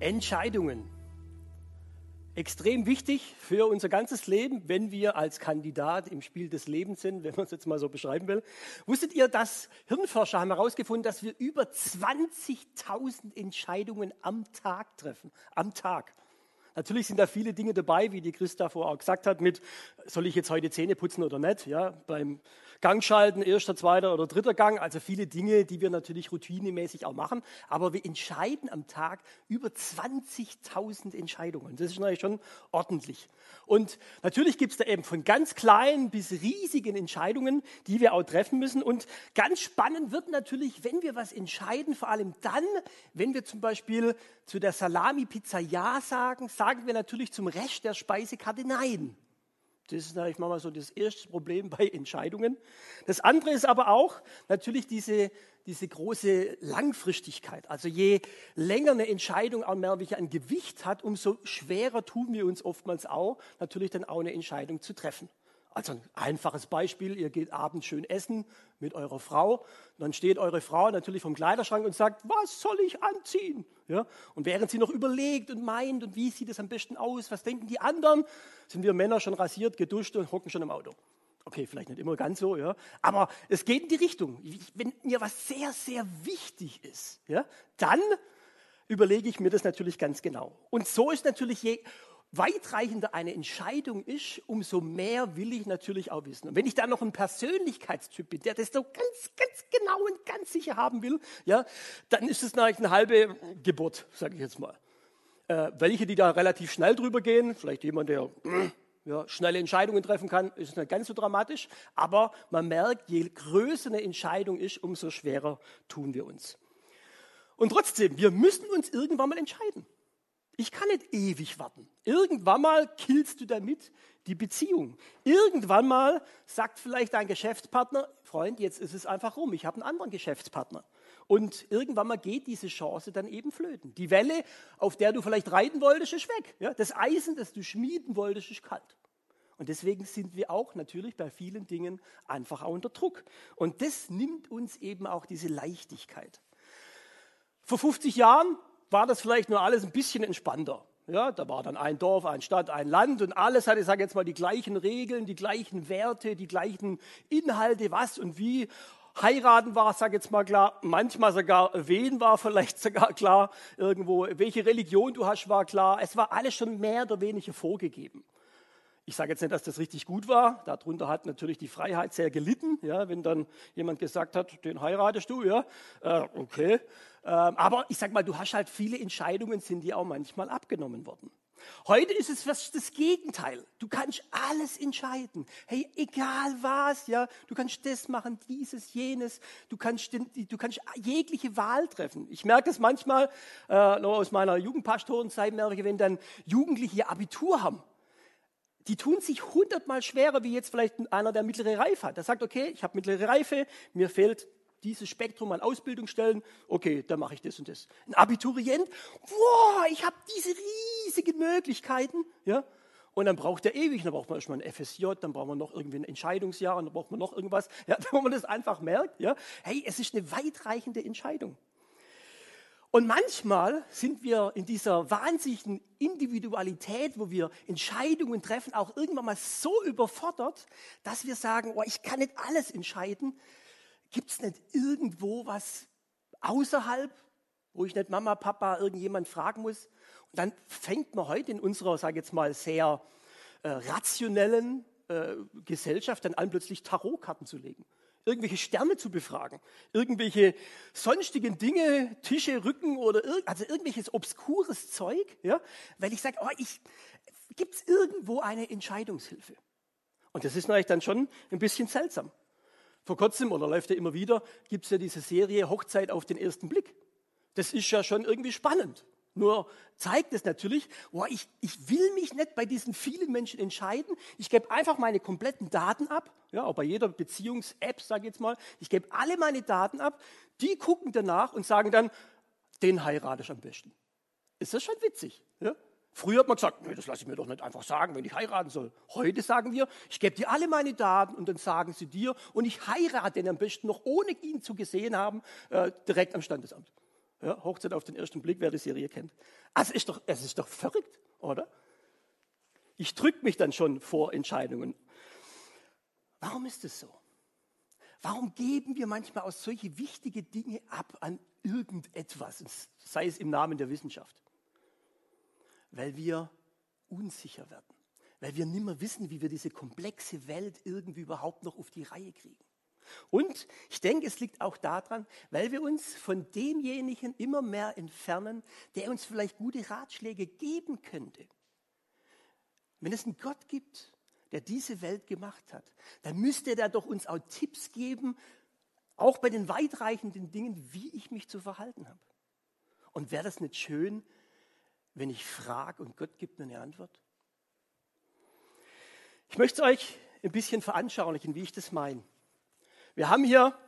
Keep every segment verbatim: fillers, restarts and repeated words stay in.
Entscheidungen. Extrem wichtig für unser ganzes Leben, wenn wir als Kandidat im Spiel des Lebens sind, wenn man es jetzt mal so beschreiben will. Wusstet ihr, dass Hirnforscher haben herausgefunden, dass wir über zwanzigtausend Entscheidungen am Tag treffen? Am Tag. Natürlich sind da viele Dinge dabei, wie die Christa vorher auch gesagt hat, mit, soll ich jetzt heute Zähne putzen oder nicht? Ja, beim Gangschalten, erster, zweiter oder dritter Gang, also viele Dinge, die wir natürlich routinemäßig auch machen. Aber wir entscheiden am Tag über zwanzigtausend Entscheidungen. Das ist natürlich schon ordentlich. Und natürlich gibt es da eben von ganz kleinen bis riesigen Entscheidungen, die wir auch treffen müssen. Und ganz spannend wird natürlich, wenn wir was entscheiden, vor allem dann, wenn wir zum Beispiel zu der Salami-Pizza Ja sagen, sagen wir natürlich zum Rest der Speisekarte Nein. Das ist natürlich manchmal so das erste Problem bei Entscheidungen. Das andere ist aber auch natürlich diese, diese große Langfristigkeit. Also je länger eine Entscheidung auch mehr an Gewicht hat, umso schwerer tun wir uns oftmals auch, natürlich dann auch eine Entscheidung zu treffen. Also ein einfaches Beispiel, ihr geht abends schön essen mit eurer Frau, dann steht eure Frau natürlich vom Kleiderschrank und sagt, was soll ich anziehen? Ja? Und während sie noch überlegt und meint, und wie sieht es am besten aus, was denken die anderen, sind wir Männer schon rasiert, geduscht und hocken schon im Auto. Okay, vielleicht nicht immer ganz so, ja, aber es geht in die Richtung. Wenn mir was sehr, sehr wichtig ist, ja, dann überlege ich mir das natürlich ganz genau. Und so ist natürlich je weitreichender eine Entscheidung ist, umso mehr will ich natürlich auch wissen. Und wenn ich dann noch ein Persönlichkeitstyp bin, der das so ganz, ganz genau und ganz sicher haben will, ja, dann ist es natürlich eine halbe Geburt, sage ich jetzt mal. Äh, welche, die da relativ schnell drüber gehen, vielleicht jemand, der ja, schnelle Entscheidungen treffen kann, ist nicht ganz so dramatisch, aber man merkt, je größer eine Entscheidung ist, umso schwerer tun wir uns. Und trotzdem, wir müssen uns irgendwann mal entscheiden. Ich kann nicht ewig warten. Irgendwann mal killst du damit die Beziehung. Irgendwann mal sagt vielleicht dein Geschäftspartner, Freund, jetzt ist es einfach rum, ich habe einen anderen Geschäftspartner. Und irgendwann mal geht diese Chance dann eben flöten. Die Welle, auf der du vielleicht reiten wolltest, ist weg. Ja? Das Eisen, das du schmieden wolltest, ist kalt. Und deswegen sind wir auch natürlich bei vielen Dingen einfach auch unter Druck. Und das nimmt uns eben auch diese Leichtigkeit. Vor fünfzig Jahren war das vielleicht nur alles ein bisschen entspannter. Ja, da war dann ein Dorf, eine Stadt, ein Land und alles hatte, ich sage jetzt mal, die gleichen Regeln, die gleichen Werte, die gleichen Inhalte, was und wie. Heiraten war, sage jetzt mal klar, manchmal sogar wen war vielleicht sogar klar, irgendwo, welche Religion du hast, war klar. Es war alles schon mehr oder weniger vorgegeben. Ich sage jetzt nicht, dass das richtig gut war. Darunter hat natürlich die Freiheit sehr gelitten, ja, wenn dann jemand gesagt hat, den heiratest du, ja, äh, okay. Ähm, aber ich sage mal, du hast halt viele Entscheidungen, sind dir auch manchmal abgenommen worden. Heute ist es fast das Gegenteil. Du kannst alles entscheiden. Hey, egal was, ja, du kannst das machen, dieses, jenes. Du kannst, den, du kannst jegliche Wahl treffen. Ich merke das manchmal, äh, noch aus meiner Jugendpastorenzeit, merke ich, wenn dann Jugendliche ihr Abitur haben. Die tun sich hundertmal schwerer, wie jetzt vielleicht einer, der mittlere Reife hat. Der sagt, okay, ich habe mittlere Reife, mir fehlt dieses Spektrum an Ausbildungsstellen, okay, dann mache ich das und das. Ein Abiturient, wow, ich habe diese riesigen Möglichkeiten, ja. Und dann braucht er ewig, dann braucht man erstmal ein F S J, dann braucht man noch irgendwie ein Entscheidungsjahr, und dann braucht man noch irgendwas, ja, wo man das einfach merkt, ja. Hey, es ist eine weitreichende Entscheidung. Und manchmal sind wir in dieser wahnsinnigen Individualität, wo wir Entscheidungen treffen, auch irgendwann mal so überfordert, dass wir sagen, oh, ich kann nicht alles entscheiden. Gibt es nicht irgendwo was außerhalb, wo ich nicht Mama, Papa, irgendjemand fragen muss? Und dann fängt man heute in unserer, sage ich jetzt mal, sehr äh, rationellen äh, Gesellschaft dann an, plötzlich Tarotkarten zu legen. Irgendwelche Sterne zu befragen, irgendwelche sonstigen Dinge, Tische, Rücken oder ir- also irgendwelches obskures Zeug, ja, weil ich sage, oh, ich, gibt es irgendwo eine Entscheidungshilfe? Und das ist natürlich dann schon ein bisschen seltsam. Vor kurzem, oder läuft ja immer wieder, gibt es ja diese Serie Hochzeit auf den ersten Blick. Das ist ja schon irgendwie spannend. Nur zeigt es natürlich, oh, ich, ich will mich nicht bei diesen vielen Menschen entscheiden. Ich gebe einfach meine kompletten Daten ab, ja, auch bei jeder Beziehungs-App, sage ich jetzt mal. Ich gebe alle meine Daten ab. Die gucken danach und sagen dann, den heirate ich am besten. Ist das schon witzig? Ja? Früher hat man gesagt, nee, das lasse ich mir doch nicht einfach sagen, wenn ich heiraten soll. Heute sagen wir, ich gebe dir alle meine Daten und dann sagen sie dir und ich heirate den am besten noch, ohne ihn zu gesehen haben, äh, direkt am Standesamt. Ja, Hochzeit auf den ersten Blick, wer die Serie kennt. Also ist doch, es ist doch verrückt, oder? Ich drücke mich dann schon vor Entscheidungen. Warum ist es so? Warum geben wir manchmal auch solche wichtige Dinge ab an irgendetwas, sei es im Namen der Wissenschaft? Weil wir unsicher werden, weil wir nicht mehr wissen, wie wir diese komplexe Welt irgendwie überhaupt noch auf die Reihe kriegen. Und ich denke, es liegt auch daran, weil wir uns von demjenigen immer mehr entfernen, der uns vielleicht gute Ratschläge geben könnte. Wenn es einen Gott gibt, der diese Welt gemacht hat, dann müsste er doch uns auch Tipps geben, auch bei den weitreichenden Dingen, wie ich mich zu verhalten habe. Und wäre das nicht schön, wenn ich frage und Gott gibt mir eine Antwort? Ich möchte es euch ein bisschen veranschaulichen, wie ich das meine. Wir haben hier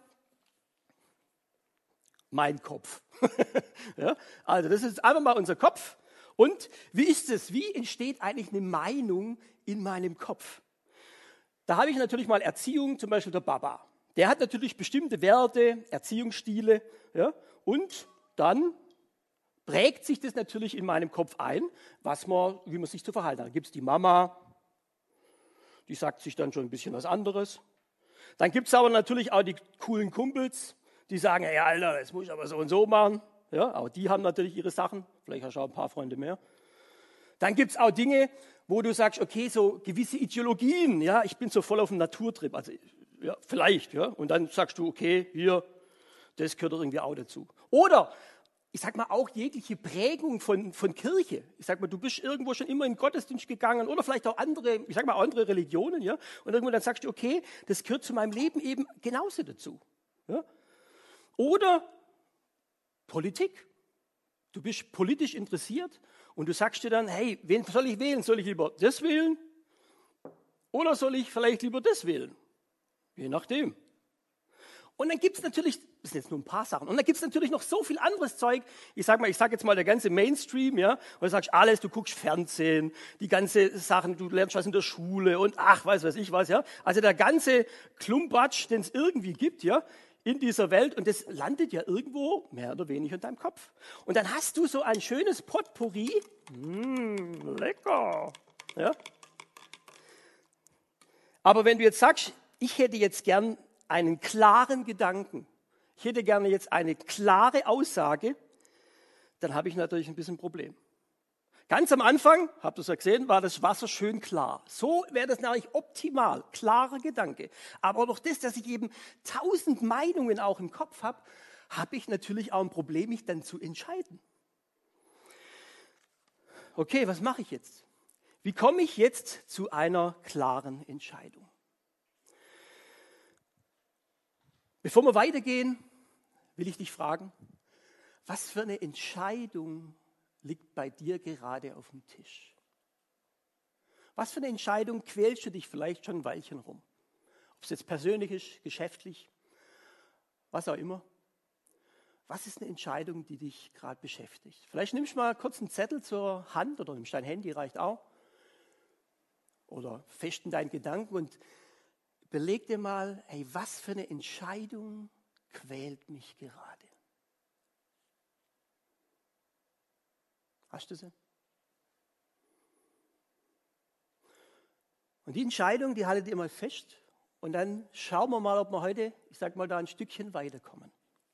meinen Kopf. Ja, also das ist einfach mal unser Kopf. Und wie ist es? Wie entsteht eigentlich eine Meinung in meinem Kopf? Da habe ich natürlich mal Erziehung, zum Beispiel der Papa. Der hat natürlich bestimmte Werte, Erziehungsstile. Ja, und dann prägt sich das natürlich in meinem Kopf ein, was man, wie man sich zu verhalten hat. Da gibt es die Mama, die sagt sich dann schon ein bisschen was anderes. Dann gibt es aber natürlich auch die coolen Kumpels, die sagen, ja Alter, das muss ich aber so und so machen. Ja, auch die haben natürlich ihre Sachen, vielleicht hast du auch ein paar Freunde mehr. Dann gibt es auch Dinge, wo du sagst, okay, so gewisse Ideologien, ja, ich bin so voll auf dem Naturtrip, also ja, vielleicht, ja, und dann sagst du, okay, hier, das gehört irgendwie auch dazu. Oder, ich sag mal, auch jegliche Prägung von, von Kirche. Ich sag mal, du bist irgendwo schon immer in den Gottesdienst gegangen oder vielleicht auch andere, ich sag mal, andere Religionen, ja, und irgendwo dann sagst du, okay, das gehört zu meinem Leben eben genauso dazu. Ja. Oder Politik. Du bist politisch interessiert und du sagst dir dann, hey, wen soll ich wählen? Soll ich lieber das wählen oder soll ich vielleicht lieber das wählen? Je nachdem. Und dann gibt es natürlich, das sind jetzt nur ein paar Sachen, und dann gibt es natürlich noch so viel anderes Zeug. Ich sage mal, ich sage jetzt mal der ganze Mainstream, ja, und du sagst alles, du guckst Fernsehen, die ganze Sachen, du lernst was in der Schule und ach, weiß was ich was, ja. Also der ganze Klumpatsch, den es irgendwie gibt, ja, in dieser Welt, und das landet ja irgendwo mehr oder weniger in deinem Kopf. Und dann hast du so ein schönes Potpourri, mmh, lecker, ja. Aber wenn du jetzt sagst, ich hätte jetzt gern einen klaren Gedanken, ich hätte gerne jetzt eine klare Aussage, dann habe ich natürlich ein bisschen ein Problem. Ganz am Anfang, habt ihr es ja gesehen, war das Wasser schön klar. So wäre das natürlich optimal, klarer Gedanke. Aber durch das, dass ich eben tausend Meinungen auch im Kopf habe, habe ich natürlich auch ein Problem, mich dann zu entscheiden. Okay, was mache ich jetzt? Wie komme ich jetzt zu einer klaren Entscheidung? Bevor wir weitergehen, will ich dich fragen, was für eine Entscheidung liegt bei dir gerade auf dem Tisch? Was für eine Entscheidung quälst du dich vielleicht schon ein Weilchen rum? Ob es jetzt persönlich ist, geschäftlich, was auch immer. Was ist eine Entscheidung, die dich gerade beschäftigt? Vielleicht nimmst du mal kurz einen Zettel zur Hand oder nimmst dein Handy, reicht auch. Oder festen deinen Gedanken und überleg dir mal, hey, was für eine Entscheidung quält mich gerade? Hast du sie? Und die Entscheidung, die haltet ihr mal fest und dann schauen wir mal, ob wir heute, ich sag mal, da ein Stückchen weiterkommen.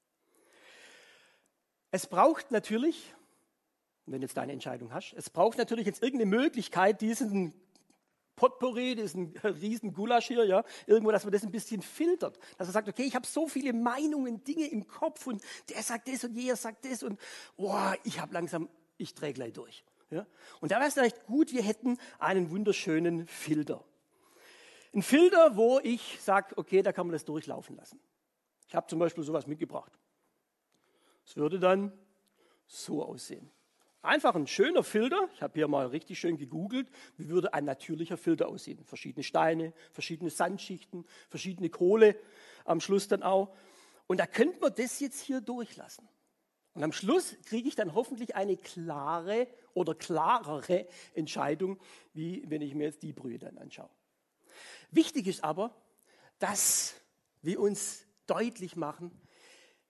Es braucht natürlich, wenn du jetzt deine Entscheidung hast, es braucht natürlich jetzt irgendeine Möglichkeit, diesen Potpourri, diesen riesen Gulasch hier, ja, irgendwo, dass man das ein bisschen filtert. Dass man sagt, okay, ich habe so viele Meinungen, Dinge im Kopf und der sagt das und jener sagt das und boah, ich habe langsam, ich drehe gleich durch. Ja. Und da wäre es vielleicht gut, wir hätten einen wunderschönen Filter. Ein Filter, wo ich sage, okay, da kann man das durchlaufen lassen. Ich habe zum Beispiel sowas mitgebracht. Es würde dann so aussehen. Einfach ein schöner Filter. Ich habe hier mal richtig schön gegoogelt, wie würde ein natürlicher Filter aussehen. Verschiedene Steine, verschiedene Sandschichten, verschiedene Kohle am Schluss dann auch. Und da könnte man das jetzt hier durchlassen. Und am Schluss kriege ich dann hoffentlich eine klare oder klarere Entscheidung, wie wenn ich mir jetzt die Brühe dann anschaue. Wichtig ist aber, dass wir uns deutlich machen,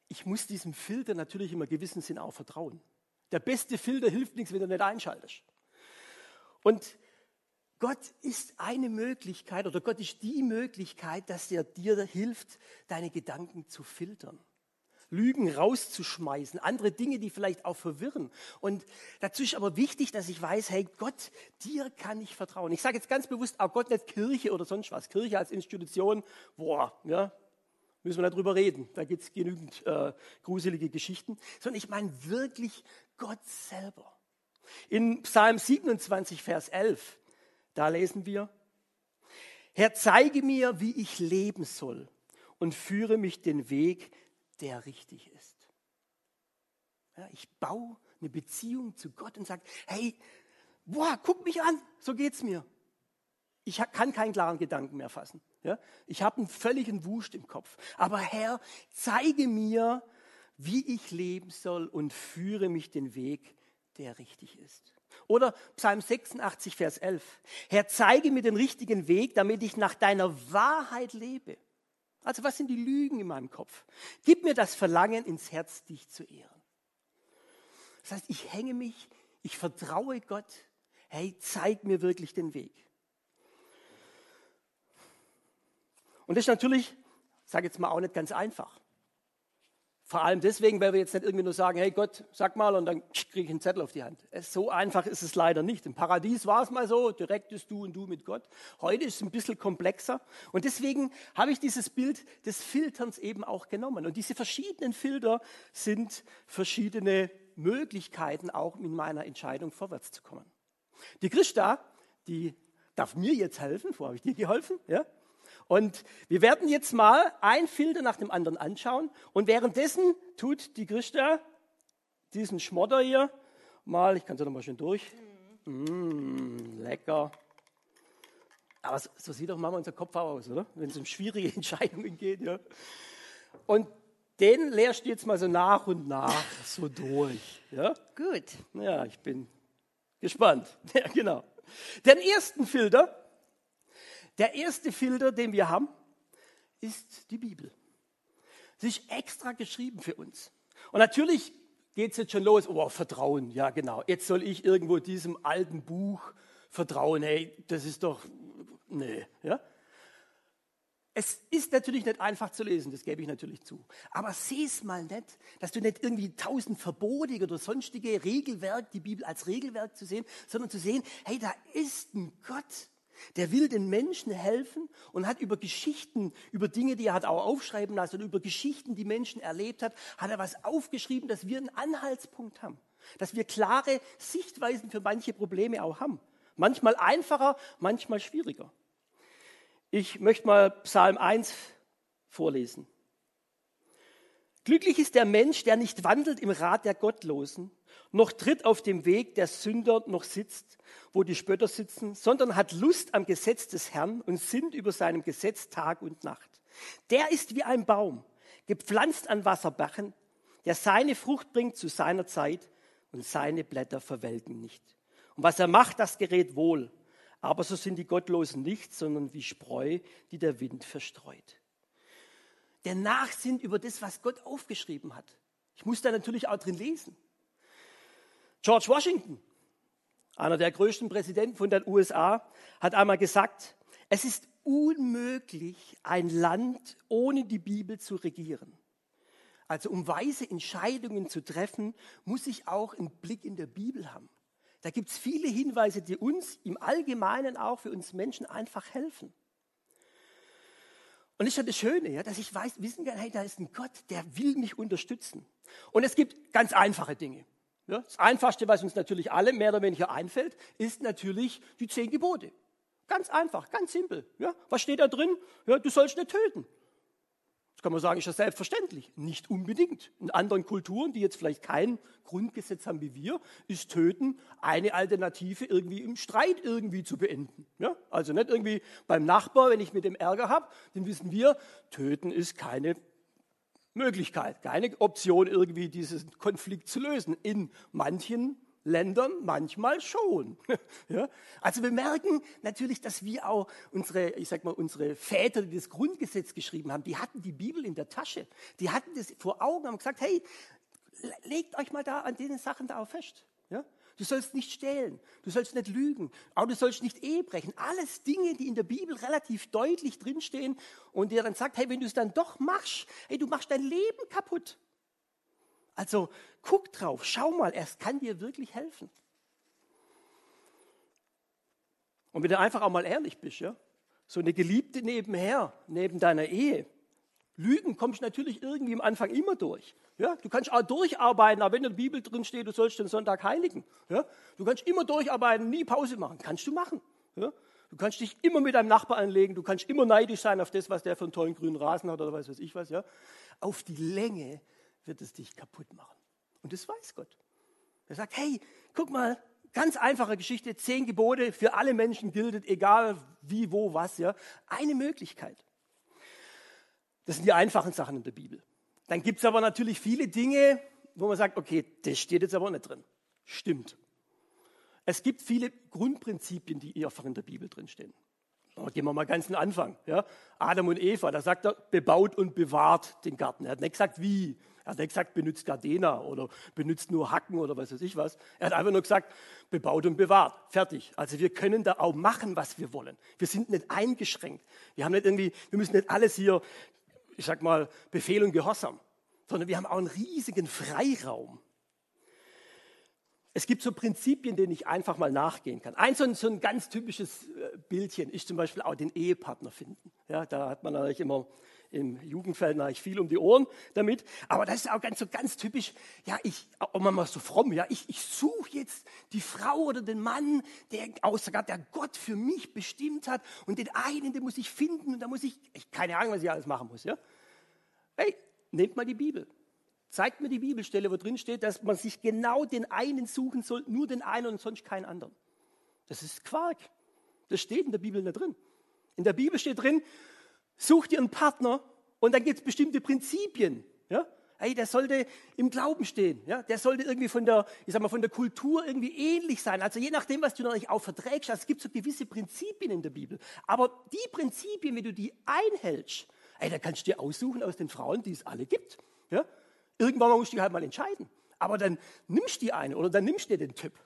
ich muss diesem Filter natürlich im gewissen Sinn auch vertrauen. Der beste Filter hilft nichts, wenn du nicht einschaltest. Und Gott ist eine Möglichkeit, oder Gott ist die Möglichkeit, dass er dir hilft, deine Gedanken zu filtern. Lügen rauszuschmeißen, andere Dinge, die vielleicht auch verwirren. Und dazu ist aber wichtig, dass ich weiß, hey Gott, dir kann ich vertrauen. Ich sage jetzt ganz bewusst auch Gott, nicht Kirche oder sonst was. Kirche als Institution, boah, ja, müssen wir nicht drüber reden. Da gibt es genügend äh, gruselige Geschichten. Sondern ich meine wirklich Gott selber. In Psalm siebenundzwanzig, Vers elf, da lesen wir: Herr, zeige mir, wie ich leben soll und führe mich den Weg, der richtig ist. Ja, ich baue eine Beziehung zu Gott und sage, hey, boah, guck mich an, so geht's mir. Ich kann keinen klaren Gedanken mehr fassen. Ja? Ich habe einen völligen Wust im Kopf. Aber Herr, zeige mir, wie ich leben soll und führe mich den Weg, der richtig ist. Oder Psalm sechsundachtzig, Vers elf. Herr, zeige mir den richtigen Weg, damit ich nach deiner Wahrheit lebe. Also was sind die Lügen in meinem Kopf? Gib mir das Verlangen ins Herz, dich zu ehren. Das heißt, ich hänge mich, ich vertraue Gott. Hey, zeig mir wirklich den Weg. Und das ist natürlich, ich sage jetzt mal, auch nicht ganz einfach. Vor allem deswegen, weil wir jetzt nicht irgendwie nur sagen, hey Gott, sag mal, und dann kriege ich einen Zettel auf die Hand. So einfach ist es leider nicht. Im Paradies war es mal so, direktes Du und Du mit Gott. Heute ist es ein bisschen komplexer. Und deswegen habe ich dieses Bild des Filterns eben auch genommen. Und diese verschiedenen Filter sind verschiedene Möglichkeiten, auch in meiner Entscheidung vorwärts zu kommen. Die Christa, die darf mir jetzt helfen. Vorher habe ich dir geholfen, ja? Und wir werden jetzt mal ein Filter nach dem anderen anschauen. Und währenddessen tut die Christa diesen Schmodder hier mal, ich kann es ja noch mal schön durch. Mm, lecker. Aber so, so sieht doch mal unser Kopf auch aus, oder? Wenn es um schwierige Entscheidungen geht. Ja. Und den leerst du jetzt mal so nach und nach so durch. Ja? Gut. Ja, ich bin gespannt. Ja, genau. Den ersten Filter. Der erste Filter, den wir haben, ist die Bibel. Sie ist extra geschrieben für uns. Und natürlich geht es jetzt schon los, oh, Vertrauen, ja genau. Jetzt soll ich irgendwo diesem alten Buch vertrauen, hey, das ist doch, nee. Ja? Es ist natürlich nicht einfach zu lesen, das gebe ich natürlich zu. Aber seh es mal nicht, dass du nicht irgendwie tausend Verbote oder sonstige Regelwerk, die Bibel als Regelwerk zu sehen, sondern zu sehen, hey, da ist ein Gott, der will den Menschen helfen und hat über Geschichten, über Dinge, die er hat auch aufschreiben lassen, oder über Geschichten, die Menschen erlebt hat, hat er was aufgeschrieben, dass wir einen Anhaltspunkt haben. Dass wir klare Sichtweisen für manche Probleme auch haben. Manchmal einfacher, manchmal schwieriger. Ich möchte mal Psalm eins vorlesen. Glücklich ist der Mensch, der nicht wandelt im Rat der Gottlosen, noch tritt auf dem Weg der Sünder, noch sitzt, wo die Spötter sitzen, sondern hat Lust am Gesetz des Herrn und sinnt über seinem Gesetz Tag und Nacht. Der ist wie ein Baum, gepflanzt an Wasserbachen, der seine Frucht bringt zu seiner Zeit und seine Blätter verwelken nicht. Und was er macht, das gerät wohl. Aber so sind die Gottlosen nicht, sondern wie Spreu, die der Wind verstreut. Der Nachsinn über das, was Gott aufgeschrieben hat. Ich muss da natürlich auch drin lesen. George Washington, einer der größten Präsidenten von den U S A, hat einmal gesagt, es ist unmöglich, ein Land ohne die Bibel zu regieren. Also um weise Entscheidungen zu treffen, muss ich auch einen Blick in der Bibel haben. Da gibt es viele Hinweise, die uns im Allgemeinen auch für uns Menschen einfach helfen. Und das ist ja das Schöne, ja, dass ich weiß, wissen kann, hey, da ist ein Gott, der will mich unterstützen. Und es gibt ganz einfache Dinge. Ja, das Einfachste, was uns natürlich alle mehr oder weniger einfällt, ist natürlich die zehn Gebote. Ganz einfach, ganz simpel. Ja, was steht da drin? Ja, du sollst nicht töten. Das kann man sagen, ist ja selbstverständlich. Nicht unbedingt. In anderen Kulturen, die jetzt vielleicht kein Grundgesetz haben wie wir, ist Töten eine Alternative, irgendwie im Streit irgendwie zu beenden. Ja? Also nicht irgendwie beim Nachbar, wenn ich mit dem Ärger habe, dann wissen wir, Töten ist keine Möglichkeit, keine Option, irgendwie diesen Konflikt zu lösen. In manchen Ländern manchmal schon. Ja? Also wir merken natürlich, dass wir auch unsere, ich sag mal, unsere Väter, die das Grundgesetz geschrieben haben, die hatten die Bibel in der Tasche. Die hatten das vor Augen, haben gesagt, hey, legt euch mal da an diesen Sachen da auch fest. Ja? Du sollst nicht stehlen, du sollst nicht lügen, auch du sollst nicht Ehe brechen. Alles Dinge, die in der Bibel relativ deutlich drinstehen und der dann sagt, hey, wenn du es dann doch machst, hey, du machst dein Leben kaputt. Also guck drauf, schau mal, es kann dir wirklich helfen. Und wenn du einfach auch mal ehrlich bist, ja, so eine Geliebte nebenher, neben deiner Ehe, Lügen kommst du natürlich irgendwie am Anfang immer durch. Ja, du kannst auch durcharbeiten, aber wenn in der Bibel drin steht, du sollst den Sonntag heiligen. Ja, du kannst immer durcharbeiten, nie Pause machen. Kannst du machen. Ja, du kannst dich immer mit deinem Nachbar anlegen, du kannst immer neidisch sein auf das, was der für einen tollen grünen Rasen hat oder was weiß ich was. Ja. Auf die Länge wird es dich kaputt machen. Und das weiß Gott. Er sagt, hey, guck mal, ganz einfache Geschichte, zehn Gebote für alle Menschen gilt, egal wie, wo, was. Ja. Eine Möglichkeit. Das sind die einfachen Sachen in der Bibel. Dann gibt es aber natürlich viele Dinge, wo man sagt, okay, das steht jetzt aber nicht drin. Stimmt. Es gibt viele Grundprinzipien, die einfach in der Bibel drinstehen. Aber gehen wir mal ganz an den Anfang. Ja? Adam und Eva, da sagt er, bebaut und bewahrt den Garten. Er hat nicht gesagt, wie. Er hat nicht gesagt, benutzt Gardena oder benutzt nur Hacken oder was weiß ich was. Er hat einfach nur gesagt, bebaut und bewahrt. Fertig. Also wir können da auch machen, was wir wollen. Wir sind nicht eingeschränkt. Wir haben nicht irgendwie, wir müssen nicht alles hier, ich sag mal, Befehl und Gehorsam, sondern wir haben auch einen riesigen Freiraum. Es gibt so Prinzipien, denen ich einfach mal nachgehen kann. Ein so ein, so ein ganz typisches Bildchen ist zum Beispiel auch den Ehepartner finden. Ja, da hat man natürlich immer im Jugendfeld natürlich viel um die Ohren damit. Aber das ist auch ganz so ganz typisch. Ja, ich, auch mal so fromm. Ja, ich, ich suche jetzt die Frau oder den Mann, der außer Gott, der Gott für mich bestimmt hat. Und den einen, den muss ich finden. Und da muss ich, ich keine Ahnung, was ich alles machen muss. Ja, hey, nehmt mal die Bibel. Zeigt mir die Bibelstelle, wo drin steht, dass man sich genau den einen suchen soll, nur den einen und sonst keinen anderen. Das ist Quark. Das steht in der Bibel nicht drin. In der Bibel steht drin, such dir einen Partner und dann gibt es bestimmte Prinzipien. Ja? Hey, der sollte im Glauben stehen. Ja? Der sollte irgendwie von der, ich sag mal, von der Kultur irgendwie ähnlich sein. Also je nachdem, was du natürlich auch verträgst. Also es gibt so gewisse Prinzipien in der Bibel. Aber die Prinzipien, wenn du die einhältst, hey, da kannst du dir aussuchen aus den Frauen, die es alle gibt. Ja? Irgendwann musst du dich halt mal entscheiden. Aber dann nimmst du die eine oder dann nimmst du dir den Typ.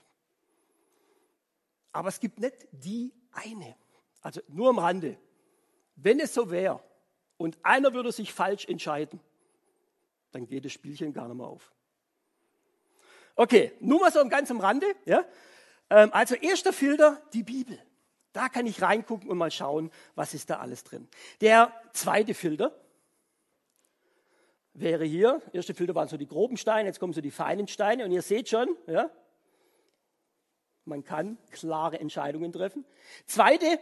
Aber es gibt nicht die eine. Also nur am Rande. Wenn es so wäre und einer würde sich falsch entscheiden, dann geht das Spielchen gar nicht mehr auf. Okay, nur mal so ganz am Rande. Ja? Also erster Filter, die Bibel. Da kann ich reingucken und mal schauen, was ist da alles drin. Der zweite Filter wäre hier, erste Filter waren so die groben Steine, jetzt kommen so die feinen Steine und ihr seht schon, ja, man kann klare Entscheidungen treffen. Zweite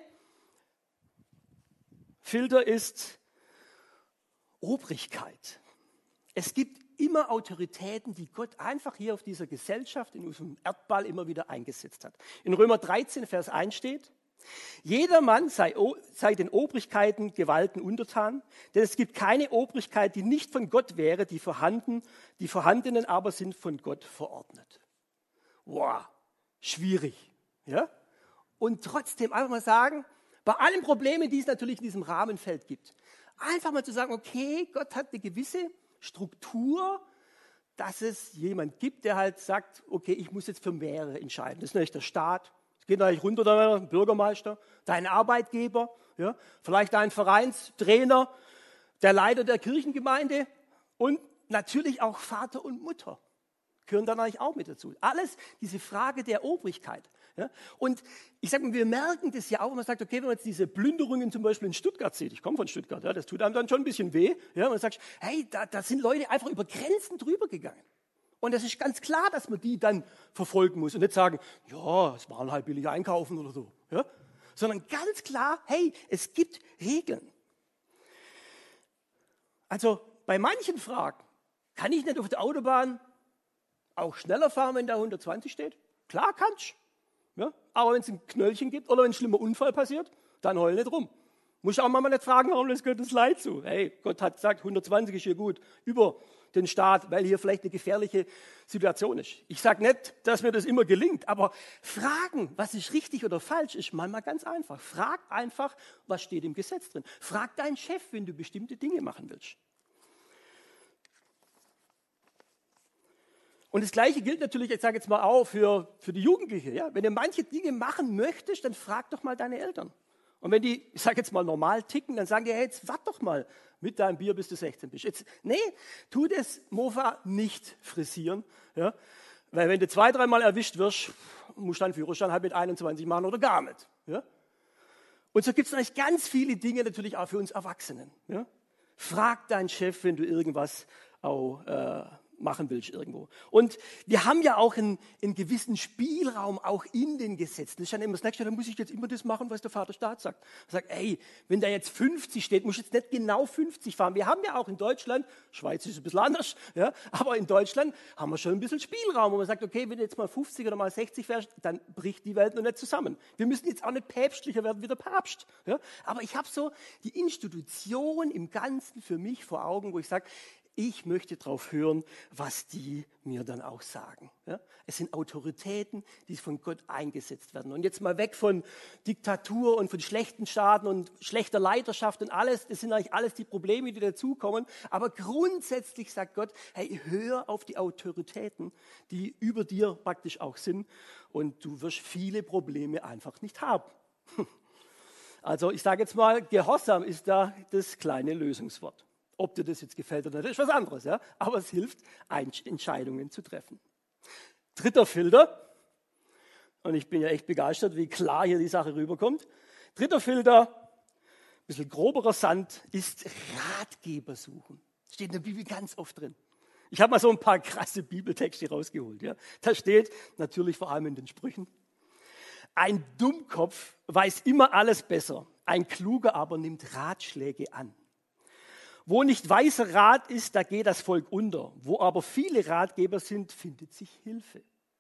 Filter ist Obrigkeit. Es gibt immer Autoritäten, die Gott einfach hier auf dieser Gesellschaft, in unserem Erdball immer wieder eingesetzt hat. In Römer dreizehn, Vers eins steht, jeder Mann sei, sei den Obrigkeiten, Gewalten untertan, denn es gibt keine Obrigkeit, die nicht von Gott wäre, die vorhanden, die vorhandenen aber sind von Gott verordnet. Wow, schwierig. Ja? Und trotzdem einfach mal sagen, bei allen Problemen, die es natürlich in diesem Rahmenfeld gibt, einfach mal zu sagen, okay, Gott hat eine gewisse Struktur, dass es jemand gibt, der halt sagt, okay, ich muss jetzt für mehrere entscheiden. Das ist natürlich der Staat. Geht natürlich runter, der Bürgermeister, dein Arbeitgeber, ja, vielleicht dein Vereinstrainer, der Leiter der Kirchengemeinde und natürlich auch Vater und Mutter gehören dann eigentlich auch mit dazu. Alles diese Frage der Obrigkeit. Ja. Und ich sage mal, wir merken das ja auch, wenn man sagt, okay, wenn man jetzt diese Plünderungen zum Beispiel in Stuttgart sieht, ich komme von Stuttgart, ja, das tut einem dann schon ein bisschen weh, ja, und man sagt, hey, da, da sind Leute einfach über Grenzen drüber gegangen. Und es ist ganz klar, dass man die dann verfolgen muss und nicht sagen, ja, es waren halt billig einkaufen oder so. Ja? Sondern ganz klar, hey, es gibt Regeln. Also bei manchen Fragen kann ich nicht auf der Autobahn auch schneller fahren, wenn da hundertzwanzig steht. Klar kannst du. Ja? Aber wenn es ein Knöllchen gibt oder wenn ein schlimmer Unfall passiert, dann heul nicht rum. Muss ich auch mal nicht fragen, warum lässt Gott das Leid zu. Hey, Gott hat gesagt, hundertzwanzig ist hier gut. Über den Staat, weil hier vielleicht eine gefährliche Situation ist. Ich sage nicht, dass mir das immer gelingt, aber fragen, was ist richtig oder falsch, ist manchmal ganz einfach. Frag einfach, was steht im Gesetz drin. Frag deinen Chef, wenn du bestimmte Dinge machen willst. Und das Gleiche gilt natürlich, ich sage jetzt mal auch, für, für die Jugendliche. Ja? Wenn du manche Dinge machen möchtest, dann frag doch mal deine Eltern. Und wenn die, ich sage jetzt mal, normal ticken, dann sagen die, hey, jetzt wart doch mal mit deinem Bier, bis du sechzehn bist. Jetzt, nee, tu das Mofa nicht frisieren. Ja? Weil wenn du zwei, dreimal erwischt wirst, musst du deinen Führerschein halt mit einundzwanzig machen oder gar nicht. Ja? Und so gibt es eigentlich ganz viele Dinge natürlich auch für uns Erwachsenen. Ja? Frag deinen Chef, wenn du irgendwas auch äh, machen willst irgendwo. Und wir haben ja auch einen, einen gewissen Spielraum auch in den Gesetzen. Das ist dann immer das Nächste, dann muss ich jetzt immer das machen, was der Vater Staat sagt. Er sagt, ey, wenn da jetzt fünfzig steht, muss ich jetzt nicht genau fünfzig fahren. Wir haben ja auch in Deutschland, Schweiz ist ein bisschen anders, ja, aber in Deutschland haben wir schon ein bisschen Spielraum, wo man sagt, okay, wenn du jetzt mal fünfzig oder mal sechzig fährst, dann bricht die Welt noch nicht zusammen. Wir müssen jetzt auch nicht päpstlicher werden wie der Papst. Ja. Aber ich habe so die Institution im Ganzen für mich vor Augen, wo ich sage, ich möchte darauf hören, was die mir dann auch sagen. Ja? Es sind Autoritäten, die von Gott eingesetzt werden. Und jetzt mal weg von Diktatur und von schlechten Staaten und schlechter Leiterschaft und alles. Das sind eigentlich alles die Probleme, die dazukommen. Aber grundsätzlich sagt Gott, hey, hör auf die Autoritäten, die über dir praktisch auch sind. Und du wirst viele Probleme einfach nicht haben. Also ich sage jetzt mal, Gehorsam ist da das kleine Lösungswort. Ob dir das jetzt gefällt oder nicht, ist was anderes. Ja? Aber es hilft, Entscheidungen zu treffen. Dritter Filter, und ich bin ja echt begeistert, wie klar hier die Sache rüberkommt. Dritter Filter, ein bisschen groberer Sand, ist Ratgeber suchen. Steht in der Bibel ganz oft drin. Ich habe mal so ein paar krasse Bibeltexte rausgeholt. Ja? Da steht, natürlich vor allem in den Sprüchen, ein Dummkopf weiß immer alles besser, ein Kluger aber nimmt Ratschläge an. Wo nicht weiser Rat ist, da geht das Volk unter. Wo aber viele Ratgeber sind, findet sich Hilfe.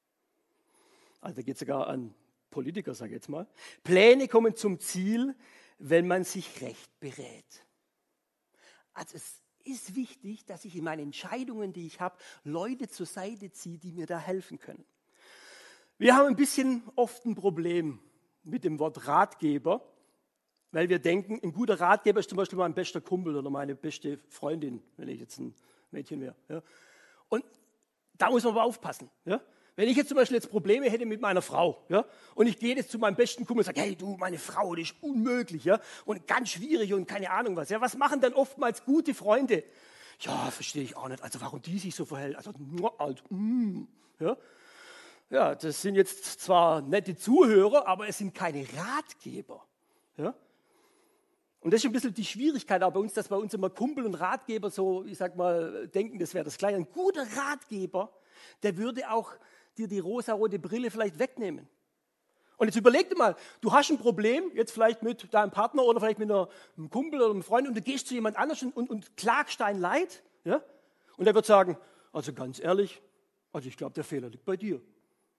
Also da geht es sogar an Politiker, sage ich jetzt mal. Pläne kommen zum Ziel, wenn man sich recht berät. Also es ist wichtig, dass ich in meinen Entscheidungen, die ich habe, Leute zur Seite ziehe, die mir da helfen können. Wir haben ein bisschen oft ein Problem mit dem Wort Ratgeber, weil wir denken, ein guter Ratgeber ist zum Beispiel mein bester Kumpel oder meine beste Freundin, wenn ich jetzt ein Mädchen wäre. Ja. Und da muss man aber aufpassen. Ja. Wenn ich jetzt zum Beispiel jetzt Probleme hätte mit meiner Frau, ja, und ich gehe jetzt zu meinem besten Kumpel und sage, hey du, meine Frau, das ist unmöglich, ja, und ganz schwierig und keine Ahnung was. Ja. Was machen dann oftmals gute Freunde? Ja, verstehe ich auch nicht, also warum die sich so verhält. Also, also mm, ja. ja, das sind jetzt zwar nette Zuhörer, aber es sind keine Ratgeber. Ja. Und das ist ein bisschen die Schwierigkeit auch bei uns, dass bei uns immer Kumpel und Ratgeber so, ich sag mal, denken, das wäre das Gleiche. Ein guter Ratgeber, der würde auch dir die rosarote Brille vielleicht wegnehmen. Und jetzt überleg dir mal, du hast ein Problem, jetzt vielleicht mit deinem Partner oder vielleicht mit einer, einem Kumpel oder einem Freund und du gehst zu jemand anders und, und, und klagst dein Leid. Ja? Und der wird sagen, also ganz ehrlich, also ich glaube, der Fehler liegt bei dir.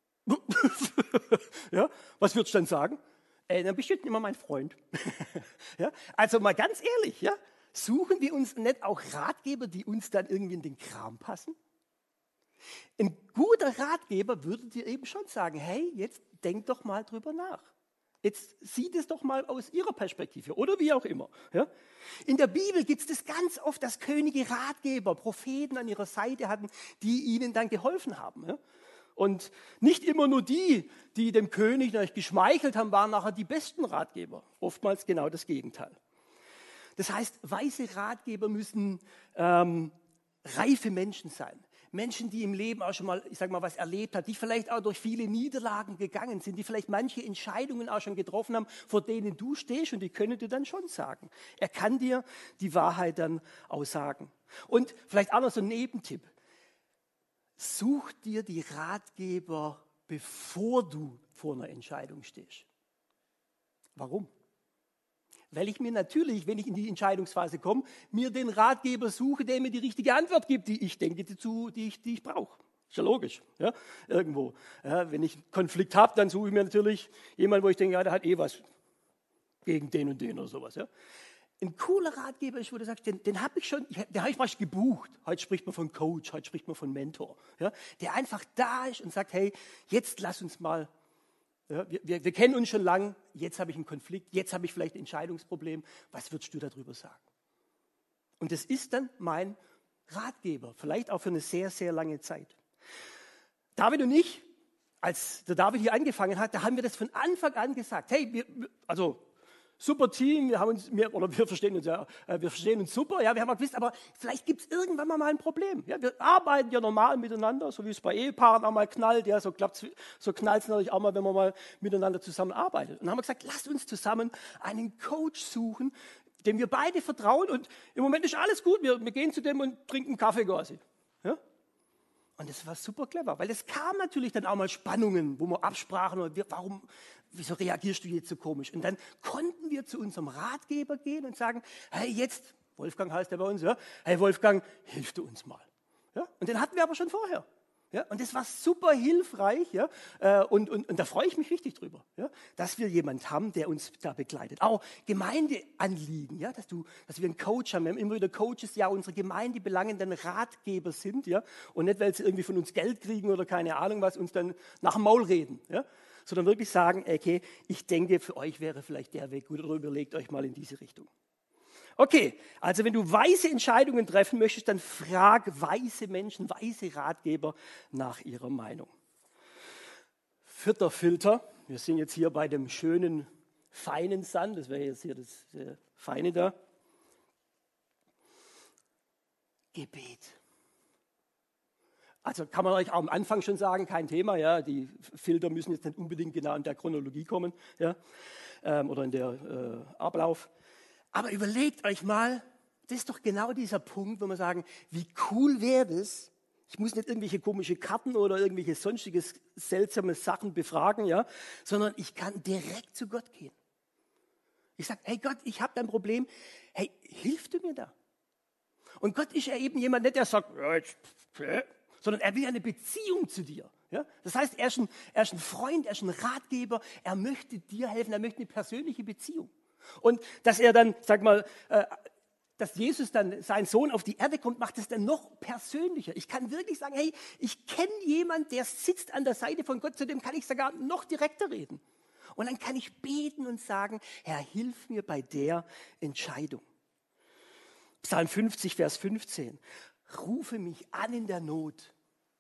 Ja? Was würdest du dann sagen? Äh, dann bist du nicht immer mein Freund. Ja? Also mal ganz ehrlich, ja? Suchen wir uns nicht auch Ratgeber, die uns dann irgendwie in den Kram passen? Ein guter Ratgeber würde dir eben schon sagen, hey, jetzt denk doch mal drüber nach. Jetzt sieh das doch mal aus ihrer Perspektive oder wie auch immer. Ja? In der Bibel gibt es das ganz oft, dass Könige Ratgeber, Propheten an ihrer Seite hatten, die ihnen dann geholfen haben. Ja? Und nicht immer nur die, die dem König geschmeichelt haben, waren nachher die besten Ratgeber. Oftmals genau das Gegenteil. Das heißt, weise Ratgeber müssen ähm, reife Menschen sein. Menschen, die im Leben auch schon mal, ich sag mal, was erlebt haben, die vielleicht auch durch viele Niederlagen gegangen sind, die vielleicht manche Entscheidungen auch schon getroffen haben, vor denen du stehst und die können dir dann schon sagen. Er kann dir die Wahrheit dann auch sagen. Und vielleicht auch noch so ein Nebentipp. Such dir die Ratgeber, bevor du vor einer Entscheidung stehst. Warum? Weil ich mir natürlich, wenn ich in die Entscheidungsphase komme, mir den Ratgeber suche, der mir die richtige Antwort gibt, die ich denke, die, die ich, die ich brauche. Ist ja logisch, ja? Irgendwo. Ja, wenn ich einen Konflikt habe, dann suche ich mir natürlich jemanden, wo ich denke, ja, der hat eh was gegen den und den oder sowas. Ja? ein cooler Ratgeber ist, wo du sagst, den, den habe ich schon, den habe ich fast gebucht. Heute spricht man von Coach, heute spricht man von Mentor. Ja? Der einfach da ist und sagt, hey, jetzt lass uns mal, ja, wir, wir, wir kennen uns schon lang, jetzt habe ich einen Konflikt, jetzt habe ich vielleicht ein Entscheidungsproblem, was würdest du darüber sagen? Und das ist dann mein Ratgeber, vielleicht auch für eine sehr, sehr lange Zeit. David und ich, als der David hier angefangen hat, da haben wir das von Anfang an gesagt, hey, wir, also super Team, wir haben uns, wir, oder wir verstehen uns ja, wir verstehen uns super, ja, wir haben auch gewusst, aber vielleicht gibt es irgendwann mal ein Problem. Ja, wir arbeiten ja normal miteinander, so wie es bei Ehepaaren auch mal knallt, ja, so klappt's, so knallt es natürlich auch mal, wenn man mal miteinander zusammenarbeitet. Und dann haben wir gesagt, lasst uns zusammen einen Coach suchen, dem wir beide vertrauen und im Moment ist alles gut, wir, wir gehen zu dem und trinken Kaffee quasi. Ja? Und das war super clever, weil es kam natürlich dann auch mal Spannungen, wo wir absprachen, oder wir, warum, wieso reagierst du jetzt so komisch? Und dann konnten wir zu unserem Ratgeber gehen und sagen, hey, jetzt, Wolfgang heißt der bei uns, ja, hey Wolfgang, hilf du uns mal. Ja? Und den hatten wir aber schon vorher. Ja? Und das war super hilfreich, ja? und, und, und da freue ich mich richtig drüber, ja? Dass wir jemanden haben, der uns da begleitet. Auch Gemeindeanliegen, ja? dass, du, dass wir einen Coach haben. Wir haben immer wieder Coaches, ja, unsere gemeindebelangenden Ratgeber sind, ja? Und nicht, weil sie irgendwie von uns Geld kriegen oder keine Ahnung was, uns dann nach dem Maul reden, ja? Sondern wirklich sagen, okay, ich denke, für euch wäre vielleicht der Weg gut, oder überlegt euch mal in diese Richtung. Okay, also wenn du weise Entscheidungen treffen möchtest, dann frag weise Menschen, weise Ratgeber nach ihrer Meinung. Vierter Filter, wir sind jetzt hier bei dem schönen, feinen Sand, das wäre jetzt hier das äh, Feine da. Gebet. Also kann man euch auch am Anfang schon sagen, kein Thema, ja, die Filter müssen jetzt nicht unbedingt genau in der Chronologie kommen, ja, ähm, oder in der äh, Ablauf. Aber überlegt euch mal, das ist doch genau dieser Punkt, wo wir sagen, wie cool wäre das, ich muss nicht irgendwelche komische Karten oder irgendwelche sonstiges seltsame Sachen befragen, ja, sondern ich kann direkt zu Gott gehen. Ich sage, hey Gott, ich habe dein Problem, hey, hilf du mir da? Und Gott ist ja eben jemand nicht, der sagt, ja, jetzt, äh, sondern er will eine Beziehung zu dir. Ja? Das heißt, er ist, ein, er ist ein Freund, er ist ein Ratgeber, er möchte dir helfen, er möchte eine persönliche Beziehung. Und dass er dann, sag mal, äh, dass Jesus dann, sein Sohn, auf die Erde kommt, macht es dann noch persönlicher. Ich kann wirklich sagen, hey, ich kenne jemanden, der sitzt an der Seite von Gott, zu dem kann ich sogar noch direkter reden. Und dann kann ich beten und sagen, Herr, hilf mir bei der Entscheidung. Psalm fünfzig, Vers fünfzehn. Rufe mich an in der Not,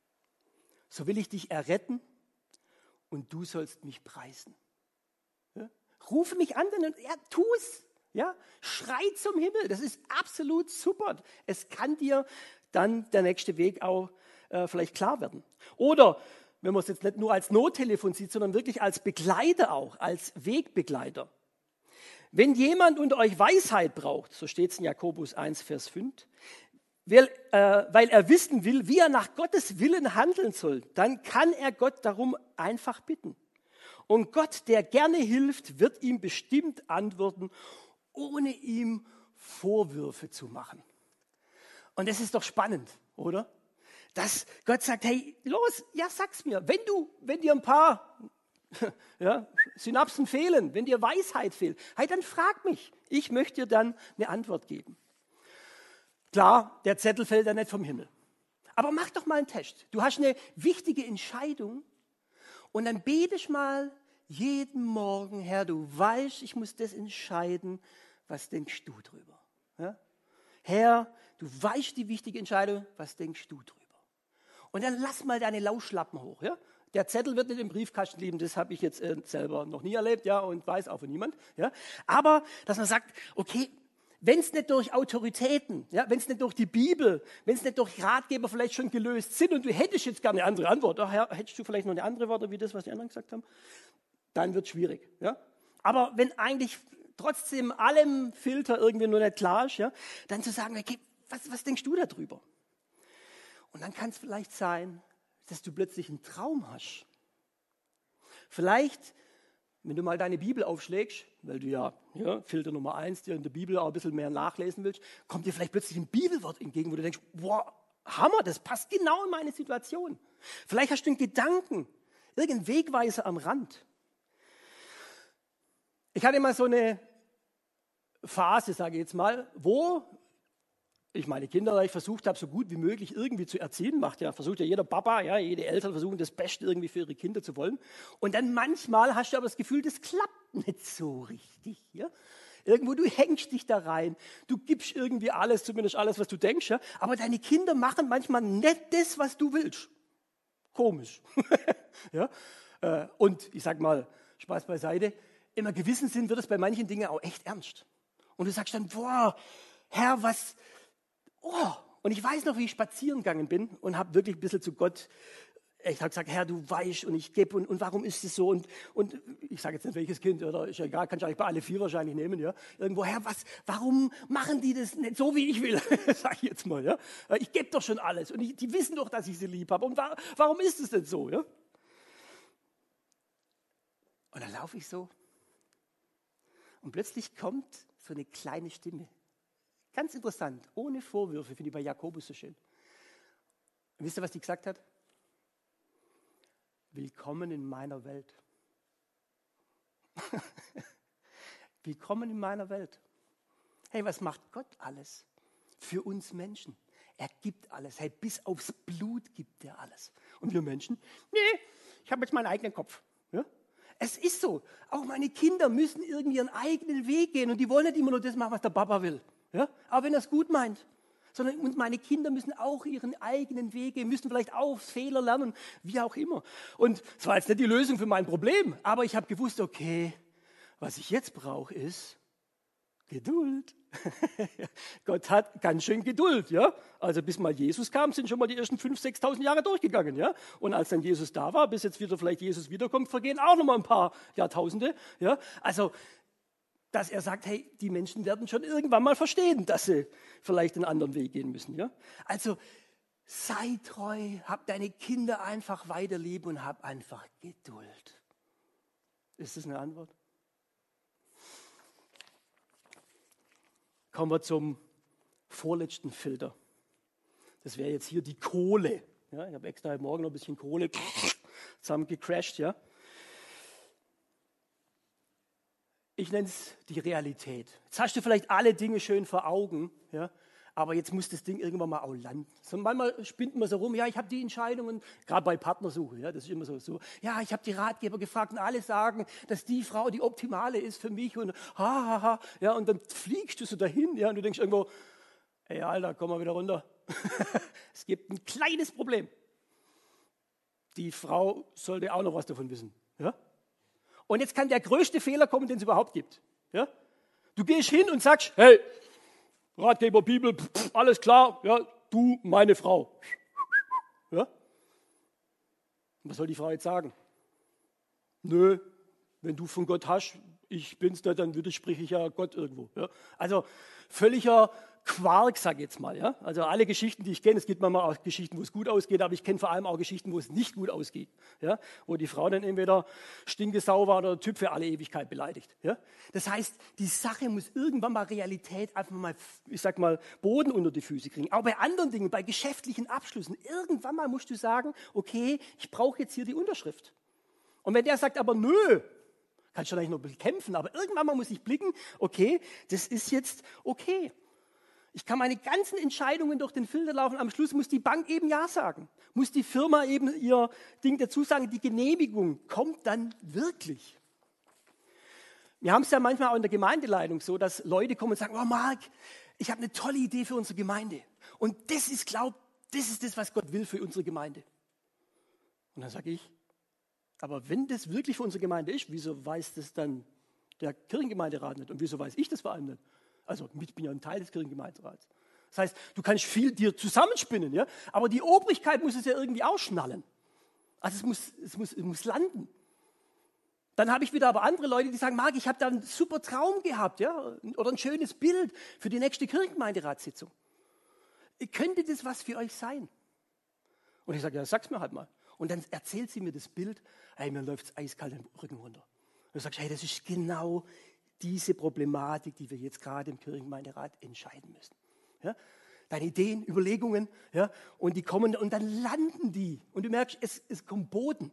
so will ich dich erretten und du sollst mich preisen. Ja? Rufe mich an, denn ja, tu es. Ja? Schrei zum Himmel, das ist absolut super. Es kann dir dann der nächste Weg auch äh, vielleicht klar werden. Oder, wenn man es jetzt nicht nur als Nottelefon sieht, sondern wirklich als Begleiter auch, als Wegbegleiter. Wenn jemand unter euch Weisheit braucht, so steht es in Jakobus eins, Vers fünf, weil, äh, weil er wissen will, wie er nach Gottes Willen handeln soll, dann kann er Gott darum einfach bitten. Und Gott, der gerne hilft, wird ihm bestimmt antworten, ohne ihm Vorwürfe zu machen. Und das ist doch spannend, oder? Dass Gott sagt, hey, los, ja, sag's mir. Wenn du, wenn dir ein paar ja, Synapsen fehlen, wenn dir Weisheit fehlt, hey, dann frag mich. Ich möchte dir dann eine Antwort geben. Klar, der Zettel fällt ja nicht vom Himmel. Aber mach doch mal einen Test. Du hast eine wichtige Entscheidung und dann betest mal jeden Morgen, Herr, du weißt, ich muss das entscheiden. Was denkst du drüber? Ja? Herr, du weißt die wichtige Entscheidung, was denkst du drüber? Und dann lass mal deine Lauschlappen hoch. Ja? Der Zettel wird nicht im Briefkasten liegen, das habe ich jetzt äh, selber noch nie erlebt, ja, und weiß auch von niemand. Ja? Aber, dass man sagt, okay, wenn es nicht durch Autoritäten, ja, wenn es nicht durch die Bibel, wenn es nicht durch Ratgeber vielleicht schon gelöst sind und du hättest jetzt gerne eine andere Antwort, daher hättest du vielleicht noch eine andere Worte wie das, was die anderen gesagt haben, dann wird es schwierig. Ja? Aber wenn eigentlich trotzdem allem Filter irgendwie nur nicht klar ist, ja, dann zu sagen, okay, was, was denkst du darüber? Und dann kann es vielleicht sein, dass du plötzlich einen Traum hast. Vielleicht, wenn du mal deine Bibel aufschlägst, weil du ja, ja Filter Nummer eins, dir in der Bibel auch ein bisschen mehr nachlesen willst, kommt dir vielleicht plötzlich ein Bibelwort entgegen, wo du denkst, wow, Hammer, das passt genau in meine Situation. Vielleicht hast du einen Gedanken, irgendeinen Wegweiser am Rand. Ich hatte mal so eine Phase, sage ich jetzt mal, wo ich meine Kinder, ich versucht habe, so gut wie möglich irgendwie zu erziehen, macht ja, versucht ja jeder Papa, ja, jede Eltern versuchen das Beste irgendwie für ihre Kinder zu wollen. Und dann manchmal hast du aber das Gefühl, das klappt nicht so richtig. Ja? Irgendwo, du hängst dich da rein, du gibst irgendwie alles, zumindest alles, was du denkst, ja? Aber deine Kinder machen manchmal nicht das, was du willst. Komisch. Ja? Und ich sag mal, Spaß beiseite, in einem gewissen Sinn wird es bei manchen Dingen auch echt ernst. Und du sagst dann, boah, Herr, was... Oh, und ich weiß noch, wie ich spazieren gegangen bin und habe wirklich ein bisschen zu Gott, ich habe gesagt, Herr, du weißt und ich gebe und, und warum ist es so? Und, und ich sage jetzt nicht, welches Kind, oder ist ja egal, kann ich eigentlich bei alle vier wahrscheinlich nehmen, ja. Irgendwo, Herr, was, warum machen die das nicht so, wie ich will? Sag ich jetzt mal, ja. Ich gebe doch schon alles und ich, die wissen doch, dass ich sie lieb habe. Und wa warum ist es denn so, ja? Und dann laufe ich so und plötzlich kommt so eine kleine Stimme. Ganz interessant, ohne Vorwürfe, finde ich bei Jakobus so schön. Und wisst ihr, was die gesagt hat? Willkommen in meiner Welt. Willkommen in meiner Welt. Hey, was macht Gott alles für uns Menschen? Er gibt alles. Hey, bis aufs Blut gibt er alles. Und wir Menschen? Nee, ich habe jetzt meinen eigenen Kopf. Ja? Es ist so. Auch meine Kinder müssen irgendwie ihren eigenen Weg gehen und die wollen nicht immer nur das machen, was der Papa will. Ja? Aber wenn er es gut meint. Sondern und meine Kinder müssen auch ihren eigenen Weg gehen, müssen vielleicht auch Fehler lernen, wie auch immer. Und es war jetzt nicht die Lösung für mein Problem, aber ich habe gewusst, okay, was ich jetzt brauche, ist Geduld. Gott hat ganz schön Geduld, ja. Also bis mal Jesus kam, sind schon mal die ersten fünftausend, sechstausend Jahre durchgegangen, ja. Und als dann Jesus da war, bis jetzt wieder vielleicht Jesus wiederkommt, vergehen auch noch mal ein paar Jahrtausende, ja. Also dass er sagt, hey, die Menschen werden schon irgendwann mal verstehen, dass sie vielleicht einen anderen Weg gehen müssen. Ja? Also sei treu, hab deine Kinder einfach weiter lieb und hab einfach Geduld. Ist das eine Antwort? Kommen wir zum vorletzten Filter. Das wäre jetzt hier die Kohle. Ja, ich habe extra heute Morgen noch ein bisschen Kohle zusammen gecrashed, ja. Ich nenne es die Realität. Jetzt hast du vielleicht alle Dinge schön vor Augen, ja, aber jetzt muss das Ding irgendwann mal auch landen. So, manchmal spinnt man so rum, ja, ich habe die Entscheidungen, gerade bei Partnersuche, ja, das ist immer so, so ja, ich habe die Ratgeber gefragt und alle sagen, dass die Frau die optimale ist für mich und ha, ha, ha, ja, und dann fliegst du so dahin, ja, und du denkst irgendwo, ey, Alter, komm mal wieder runter. Es gibt ein kleines Problem. Die Frau sollte auch noch was davon wissen, ja. Und jetzt kann der größte Fehler kommen, den es überhaupt gibt. Ja? Du gehst hin und sagst, hey, Ratgeber, Bibel, pff, alles klar, ja, du, meine Frau. Ja? Was soll die Frau jetzt sagen? Nö, wenn du von Gott hast, ich bin's da, dann widerspreche ich ja Gott irgendwo. Ja? Also völliger Quark, sag ich jetzt mal. Ja? Also alle Geschichten, die ich kenne, es gibt manchmal auch Geschichten, wo es gut ausgeht, aber ich kenne vor allem auch Geschichten, wo es nicht gut ausgeht. Ja? Wo die Frau dann entweder stinkesauer war oder der Typ für alle Ewigkeit beleidigt. Ja? Das heißt, die Sache muss irgendwann mal Realität einfach mal, ich sag mal, Boden unter die Füße kriegen. Auch bei anderen Dingen, bei geschäftlichen Abschlüssen. Irgendwann mal musst du sagen, okay, ich brauche jetzt hier die Unterschrift. Und wenn der sagt, aber nö, kannst du eigentlich noch ein bisschen kämpfen, aber irgendwann mal muss ich blicken, okay, das ist jetzt okay. Ich kann meine ganzen Entscheidungen durch den Filter laufen, am Schluss muss die Bank eben Ja sagen, muss die Firma eben ihr Ding dazu sagen, die Genehmigung kommt dann wirklich. Wir haben es ja manchmal auch in der Gemeindeleitung so, dass Leute kommen und sagen, oh Marc, ich habe eine tolle Idee für unsere Gemeinde und das ist, glaub, das ist das, was Gott will für unsere Gemeinde. Und dann sage ich, aber wenn das wirklich für unsere Gemeinde ist, wieso weiß das dann der Kirchengemeinderat nicht und wieso weiß ich das vor allem nicht? Also ich bin ja ein Teil des Kirchengemeinderats. Das heißt, du kannst viel dir zusammenspinnen, ja? Aber die Obrigkeit muss es ja irgendwie ausschnallen. Also es muss, es muss, es muss landen. Dann habe ich wieder aber andere Leute, die sagen, Marc, ich habe da einen super Traum gehabt, ja? Oder ein schönes Bild für die nächste Kirchengemeinderatssitzung. Könnte das was für euch sein? Und ich sage, ja, sag's mir halt mal. Und dann erzählt sie mir das Bild, hey, mir läuft es eiskalt den Rücken runter. Und du sagst, hey, das ist genau diese Problematik, die wir jetzt gerade im Kirchengemeinderat entscheiden müssen. Ja? Deine Ideen, Überlegungen, ja? Und die kommen und dann landen die. Und du merkst, es, es kommt Boden.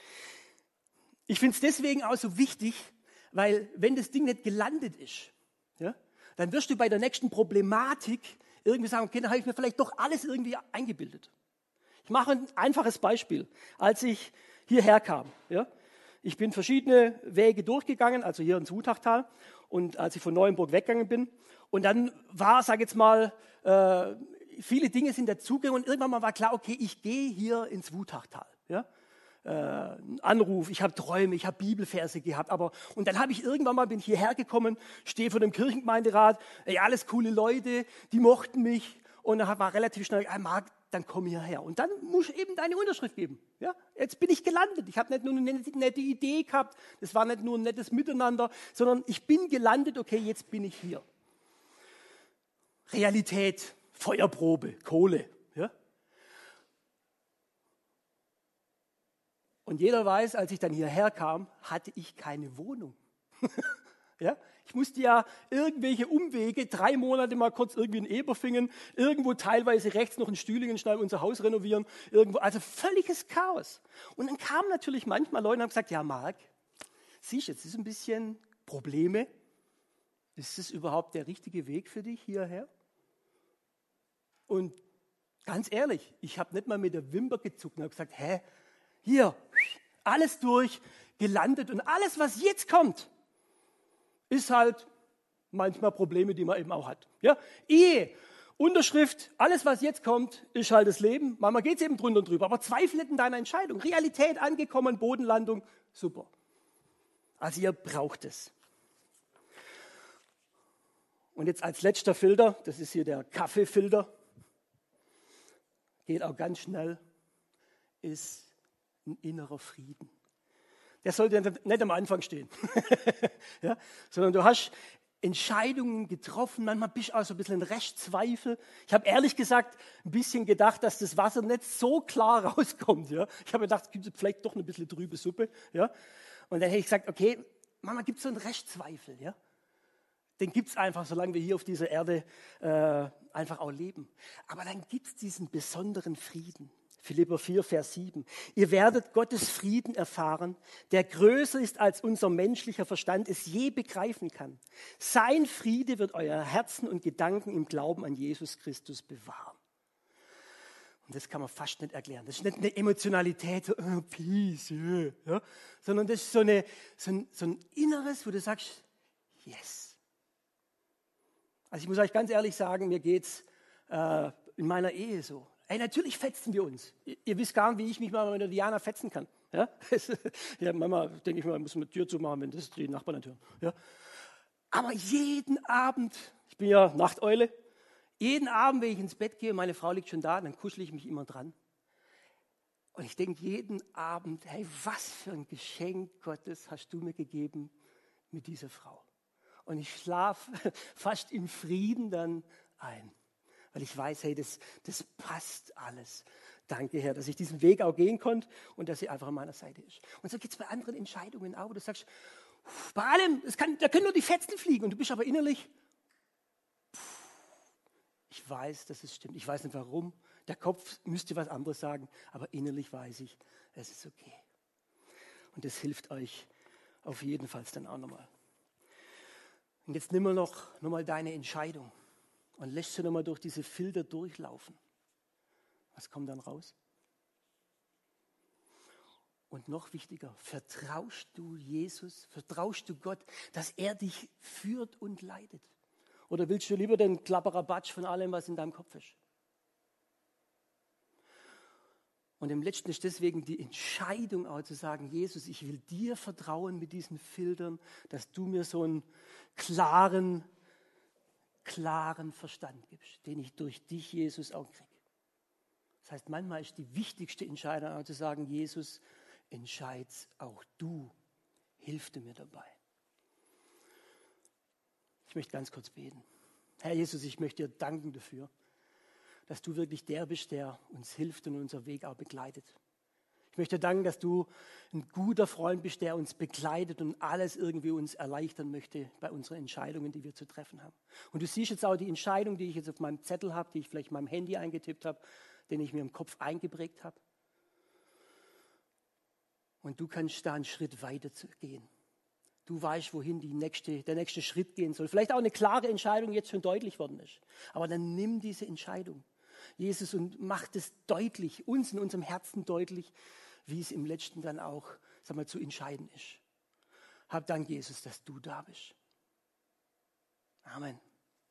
Ich finde es deswegen auch so wichtig, weil wenn das Ding nicht gelandet ist, ja, dann wirst du bei der nächsten Problematik irgendwie sagen, okay, dann habe ich mir vielleicht doch alles irgendwie eingebildet. Ich mache ein einfaches Beispiel. Als ich hierher kam, ja, ich bin verschiedene Wege durchgegangen, also hier ins Wutachtal, und als ich von Neuenburg weggegangen bin, und dann war, sag jetzt mal, äh, viele Dinge sind dazugegangen und irgendwann mal war klar, okay, ich gehe hier ins Wutachtal. Ja? Äh, ein Anruf, ich habe Träume, ich habe Bibelverse gehabt, aber und dann habe ich irgendwann mal, bin ich hierher gekommen, stehe vor dem Kirchengemeinderat, ey, alles coole Leute, die mochten mich und dann war relativ schnell, ah, Marc, dann komm hierher. Und dann musst du eben deine Unterschrift geben. Ja? Jetzt bin ich gelandet. Ich habe nicht nur eine nette Idee gehabt, das war nicht nur ein nettes Miteinander, sondern ich bin gelandet, okay, jetzt bin ich hier. Realität, Feuerprobe, Kohle. Ja? Und jeder weiß, als ich dann hierher kam, hatte ich keine Wohnung. Ja? Ich musste ja irgendwelche Umwege, drei Monate mal kurz irgendwie in Eberfingen, irgendwo teilweise rechts noch in Stühlingen schnell unser Haus renovieren, irgendwo, also völliges Chaos. Und dann kamen natürlich manchmal Leute und haben gesagt, ja Marc, siehst du, jetzt ist ein bisschen Probleme. Ist das überhaupt der richtige Weg für dich hierher? Und ganz ehrlich, ich habe nicht mal mit der Wimper gezuckt und habe gesagt, hä, hier, alles durch, gelandet und alles, was jetzt kommt, ist halt manchmal Probleme, die man eben auch hat. Ja? Ehe, Unterschrift, alles, was jetzt kommt, ist halt das Leben. Manchmal geht es eben drunter und drüber, aber Zweifel in deiner Entscheidung. Realität angekommen, Bodenlandung, super. Also ihr braucht es. Und jetzt als letzter Filter, das ist hier der Kaffeefilter, geht auch ganz schnell, ist ein innerer Frieden. Der sollte nicht am Anfang stehen, ja? Sondern du hast Entscheidungen getroffen, manchmal bist du auch so ein bisschen in Rechtszweifel. Ich habe ehrlich gesagt ein bisschen gedacht, dass das Wasser nicht so klar rauskommt. Ja? Ich habe gedacht, es gibt vielleicht doch ein bisschen trübe Suppe. Ja? Und dann hätte ich gesagt, okay, manchmal gibt es so einen Rechtszweifel. Ja? Den gibt es einfach, solange wir hier auf dieser Erde äh, einfach auch leben. Aber dann gibt es diesen besonderen Frieden. Philipper vier, Vers sieben. Ihr werdet Gottes Frieden erfahren, der größer ist, als unser menschlicher Verstand es je begreifen kann. Sein Friede wird euer Herzen und Gedanken im Glauben an Jesus Christus bewahren. Und das kann man fast nicht erklären. Das ist nicht eine Emotionalität, so, oh, Peace, yeah, ja, sondern das ist so, eine, so, ein, so ein Inneres, wo du sagst, yes. Also ich muss euch ganz ehrlich sagen, mir geht es äh, in meiner Ehe so. Ey, natürlich fetzen wir uns. Ihr, ihr wisst gar nicht, wie ich mich mal mit der Diana fetzen kann. Ja, ja manchmal denke ich mal, muss man die Tür zumachen, wenn das die Nachbarn nicht hören. Ja. Aber jeden Abend, ich bin ja Nachteule, jeden Abend, wenn ich ins Bett gehe, meine Frau liegt schon da, dann kuschel ich mich immer dran. Und ich denke jeden Abend, hey, was für ein Geschenk Gottes hast du mir gegeben mit dieser Frau. Und ich schlafe fast in Frieden dann ein. Weil ich weiß, hey, das, das passt alles. Danke, Herr, dass ich diesen Weg auch gehen konnte und dass sie einfach an meiner Seite ist. Und so geht es bei anderen Entscheidungen auch, wo du sagst, bei allem, es kann, da können nur die Fetzen fliegen und du bist aber innerlich, ich weiß, dass es stimmt. Ich weiß nicht warum. Der Kopf müsste was anderes sagen, aber innerlich weiß ich, es ist okay. Und das hilft euch auf jeden Fall dann auch nochmal. Und jetzt nimm mal noch, noch mal deine Entscheidung. Und lässt sie nochmal durch diese Filter durchlaufen. Was kommt dann raus? Und noch wichtiger, vertraust du Jesus, vertraust du Gott, dass er dich führt und leitet? Oder willst du lieber den Klapperabatsch von allem, was in deinem Kopf ist? Und im Letzten ist deswegen die Entscheidung auch zu sagen, Jesus, ich will dir vertrauen mit diesen Filtern, dass du mir so einen klaren klaren Verstand gibst, den ich durch dich, Jesus, auch kriege. Das heißt, manchmal ist die wichtigste Entscheidung auch zu sagen, Jesus, entscheid's auch du, hilf du mir dabei. Ich möchte ganz kurz beten. Herr Jesus, ich möchte dir danken dafür, dass du wirklich der bist, der uns hilft und unser Weg auch begleitet. Ich möchte danken, dass du ein guter Freund bist, der uns begleitet und alles irgendwie uns erleichtern möchte bei unseren Entscheidungen, die wir zu treffen haben. Und du siehst jetzt auch die Entscheidung, die ich jetzt auf meinem Zettel habe, die ich vielleicht in meinem Handy eingetippt habe, den ich mir im Kopf eingeprägt habe. Und du kannst da einen Schritt weiter gehen. Du weißt, wohin die nächste, der nächste Schritt gehen soll. Vielleicht auch eine klare Entscheidung jetzt schon deutlich worden ist. Aber dann nimm diese Entscheidung, Jesus, und mach es deutlich, uns in unserem Herzen deutlich, wie es im Letzten dann auch, sag mal, zu entscheiden ist. Hab Dank, Jesus, dass du da bist. Amen.